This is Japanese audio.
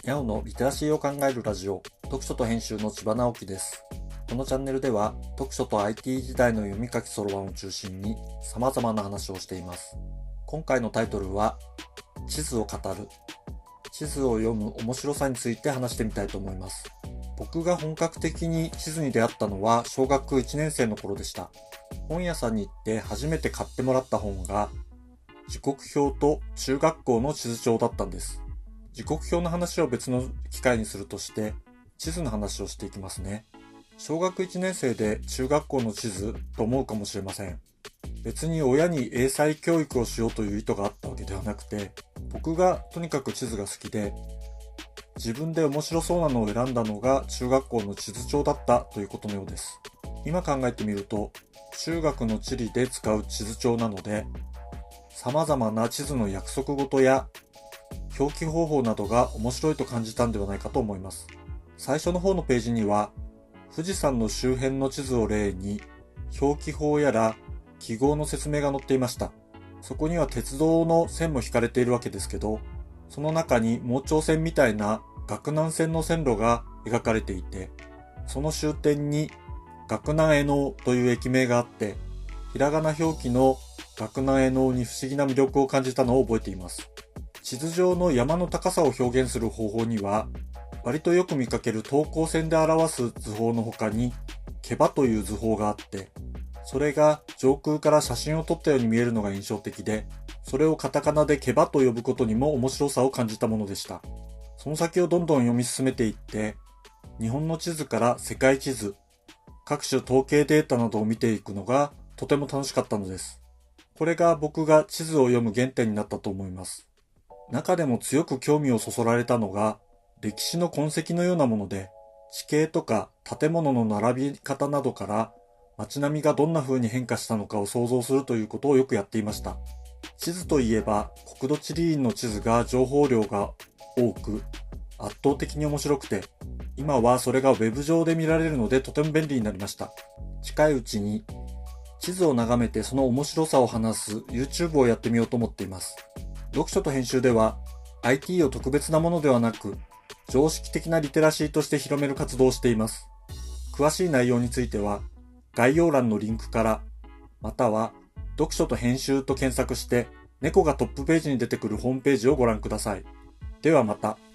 ヤオのリテラシーを考えるラジオ、読書と編集の千葉直樹です。このチャンネルでは、読書と IT 時代の読み書きそろばんを中心に様々な話をしています。今回のタイトルは、地図を語る。地図を読む面白さについて話してみたいと思います。僕が本格的に地図に出会ったのは小学1年生の頃でした。本屋さんに行って初めて買ってもらった本が、時刻表と中学校の地図帳だったんです。時刻表の話を別の機会にするとして、地図の話をしていきますね。小学1年生で中学校の地図と思うかもしれません。別に親に英才教育をしようという意図があったわけではなくて、僕がとにかく地図が好きで、自分で面白そうなのを選んだのが中学校の地図帳だったということのようです。今考えてみると、中学の地理で使う地図帳なので、様々な地図の約束事や表記方法などが面白いと感じたんではないかと思います。最初の方のページには、富士山の周辺の地図を例に、表記法やら記号の説明が載っていました。そこには鉄道の線も引かれているわけですけど、その中に盲腸線みたいな岳南線の線路が描かれていて、その終点に岳南江能という駅名があって、ひらがな表記の岳南江能に不思議な魅力を感じたのを覚えています。地図上の山の高さを表現する方法には、割とよく見かける等高線で表す図法の他に、ケバという図法があって、それが上空から写真を撮ったように見えるのが印象的で、それをカタカナでケバと呼ぶことにも面白さを感じたものでした。その先をどんどん読み進めていって、日本の地図から世界地図、各種統計データなどを見ていくのがとても楽しかったのです。これが僕が地図を読む原点になったと思います。中でも強く興味をそそられたのが、歴史の痕跡のようなもので、地形とか建物の並び方などから街並みがどんな風に変化したのかを想像するということをよくやっていました。地図といえば国土地理院の地図が情報量が多く圧倒的に面白くて、今はそれがウェブ上で見られるのでとても便利になりました。近いうちに地図を眺めてその面白さを話す YouTube をやってみようと思っています。読書と編集では IT を特別なものではなく常識的なリテラシーとして広める活動をしています。詳しい内容については概要欄のリンクからまたは読書と編集と検索して猫がトップページに出てくるホームページをご覧ください。ではまた。